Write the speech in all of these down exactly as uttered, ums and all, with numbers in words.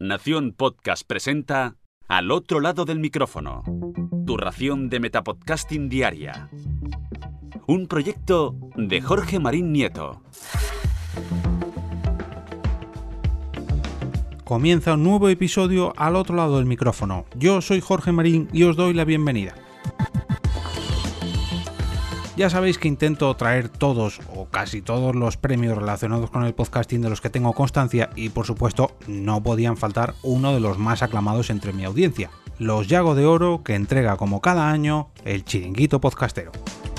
Nación Podcast presenta Al otro lado del micrófono, tu ración de metapodcasting diaria. Un proyecto de Jorge Marín Nieto. Comienza un nuevo episodio Al otro lado del micrófono. Yo soy Jorge Marín y os doy la bienvenida. Ya sabéis que intento traer todos o casi todos los premios relacionados con el podcasting de los que tengo constancia y por supuesto no podían faltar uno de los más aclamados entre mi audiencia, los Yago de Oro que entrega como cada año el Chiringuito Podcastero.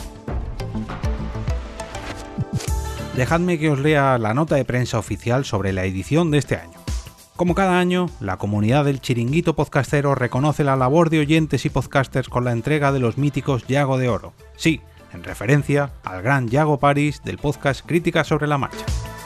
Dejadme que os lea la nota de prensa oficial sobre la edición de este año. Como cada año, la comunidad del Chiringuito Podcastero reconoce la labor de oyentes y podcasters con la entrega de los míticos Yago de Oro. Sí, en referencia al gran Yago Paris del podcast Crítica sobre la Marcha.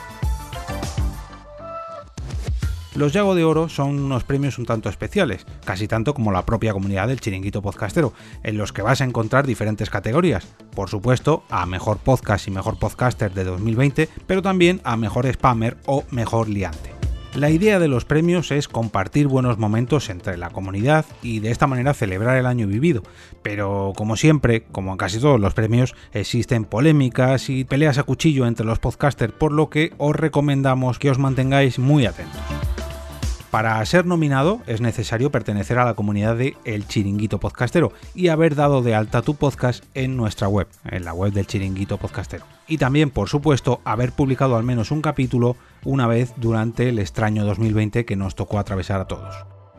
Los Yago de Oro son unos premios un tanto especiales, casi tanto como la propia comunidad del Chiringuito Podcastero, en los que vas a encontrar diferentes categorías. Por supuesto, a Mejor Podcast y Mejor Podcaster de dos mil veinte, pero también a Mejor Spammer o Mejor Liante. La idea de los premios es compartir buenos momentos entre la comunidad y de esta manera celebrar el año vivido, pero como siempre, como en casi todos los premios, existen polémicas y peleas a cuchillo entre los podcasters, por lo que os recomendamos que os mantengáis muy atentos. Para ser nominado es necesario pertenecer a la comunidad de El Chiringuito Podcastero y haber dado de alta tu podcast en nuestra web, en la web del Chiringuito Podcastero. Y también, por supuesto, haber publicado al menos un capítulo una vez durante el extraño dos mil veinte que nos tocó atravesar a todos.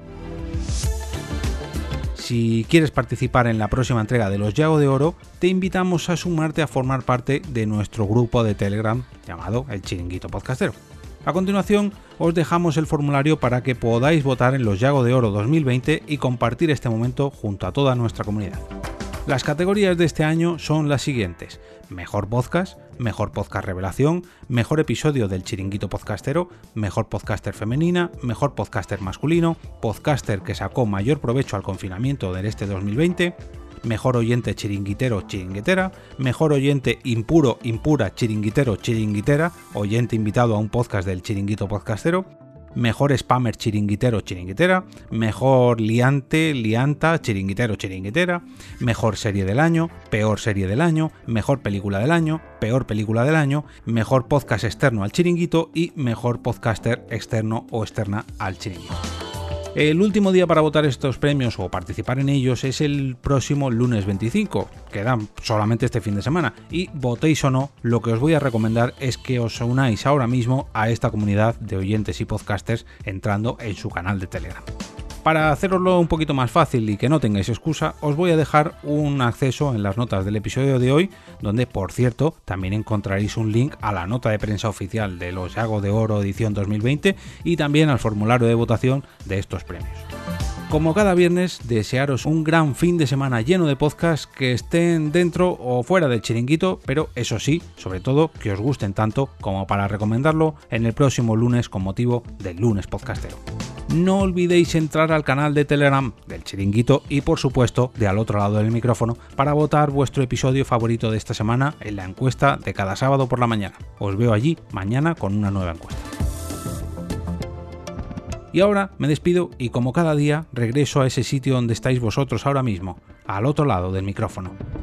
Si quieres participar en la próxima entrega de los Yago de Oro, te invitamos a sumarte a formar parte de nuestro grupo de Telegram llamado El Chiringuito Podcastero. A continuación, os dejamos el formulario para que podáis votar en los Yago de Oro dos mil veinte y compartir este momento junto a toda nuestra comunidad. Las categorías de este año son las siguientes: Mejor Podcast, Mejor Podcast Revelación, Mejor Episodio del Chiringuito Podcastero, Mejor Podcaster Femenina, Mejor Podcaster Masculino, Podcaster que sacó mayor provecho al confinamiento del este dos mil veinte, Mejor Oyente Chiringuitero Chiringuitera, Mejor Oyente Impuro Impura Chiringuitero Chiringuitera, oyente invitado a un podcast del Chiringuito Podcastero, Mejor Spammer Chiringuitero Chiringuitera, Mejor Liante Lianta Chiringuitero Chiringuitera, Mejor Serie del Año, Peor Serie del Año, Mejor Película del Año, Peor Película del Año, Mejor Podcast Externo al Chiringuito y Mejor Podcaster Externo o Externa al Chiringuito. El último día para votar estos premios o participar en ellos es el próximo lunes veinticinco, quedan solamente este fin de semana, y votéis o no, lo que os voy a recomendar es que os unáis ahora mismo a esta comunidad de oyentes y podcasters entrando en su canal de Telegram. Para haceroslo un poquito más fácil y que no tengáis excusa, os voy a dejar un acceso en las notas del episodio de hoy, donde, por cierto, también encontraréis un link a la nota de prensa oficial de los Yago de Oro edición dos mil veinte y también al formulario de votación de estos premios. Como cada viernes, desearos un gran fin de semana lleno de podcasts que estén dentro o fuera del chiringuito, pero eso sí, sobre todo, que os gusten tanto como para recomendarlo en el próximo lunes con motivo del lunes podcastero. No olvidéis entrar al canal de Telegram del Chiringuito y por supuesto de Al otro lado del micrófono para votar vuestro episodio favorito de esta semana en la encuesta de cada sábado por la mañana. Os veo allí mañana con una nueva encuesta. Y ahora me despido y como cada día regreso a ese sitio donde estáis vosotros ahora mismo, al otro lado del micrófono.